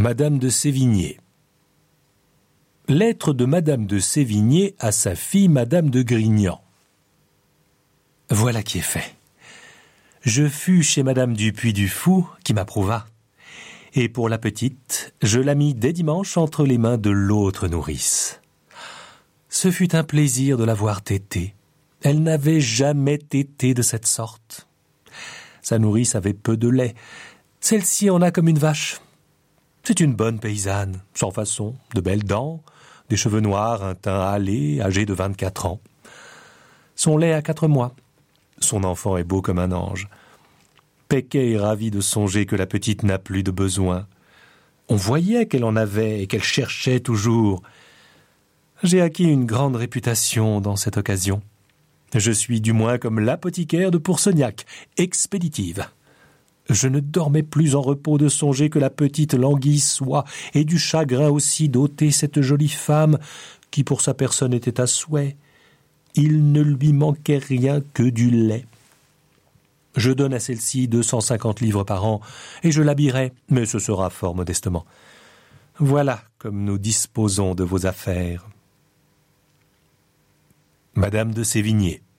Madame de Sévigné. Lettre de Madame de Sévigné à sa fille Madame de Grignan. Voilà qui est fait. Je fus chez Madame du Puy-du-Fou, qui m'approuva. Et pour la petite, je la mis dès dimanche entre les mains de l'autre nourrice. Ce fut un plaisir de la voir téter. Elle n'avait jamais tété de cette sorte. Sa nourrice avait peu de lait. Celle-ci en a comme une vache. C'est une bonne paysanne, sans façon, de belles dents, des cheveux noirs, un teint hâlé, âgée de 24 ans. Son lait a 4 mois. Son enfant est beau comme un ange. Pequet est ravi de songer que la petite n'a plus de besoin. On voyait qu'elle en avait et qu'elle cherchait toujours. J'ai acquis une grande réputation dans cette occasion. Je suis du moins comme l'apothicaire de Pourceaugnac, expéditive. Je ne dormais plus en repos de songer que la petite languille soit, et du chagrin aussi d'ôter cette jolie femme, qui pour sa personne était à souhait. Il ne lui manquait rien que du lait. Je donne à celle-ci 250 livres par an, et je l'habillerai, mais ce sera fort modestement. Voilà comme nous disposons de vos affaires. Madame de Sévigné.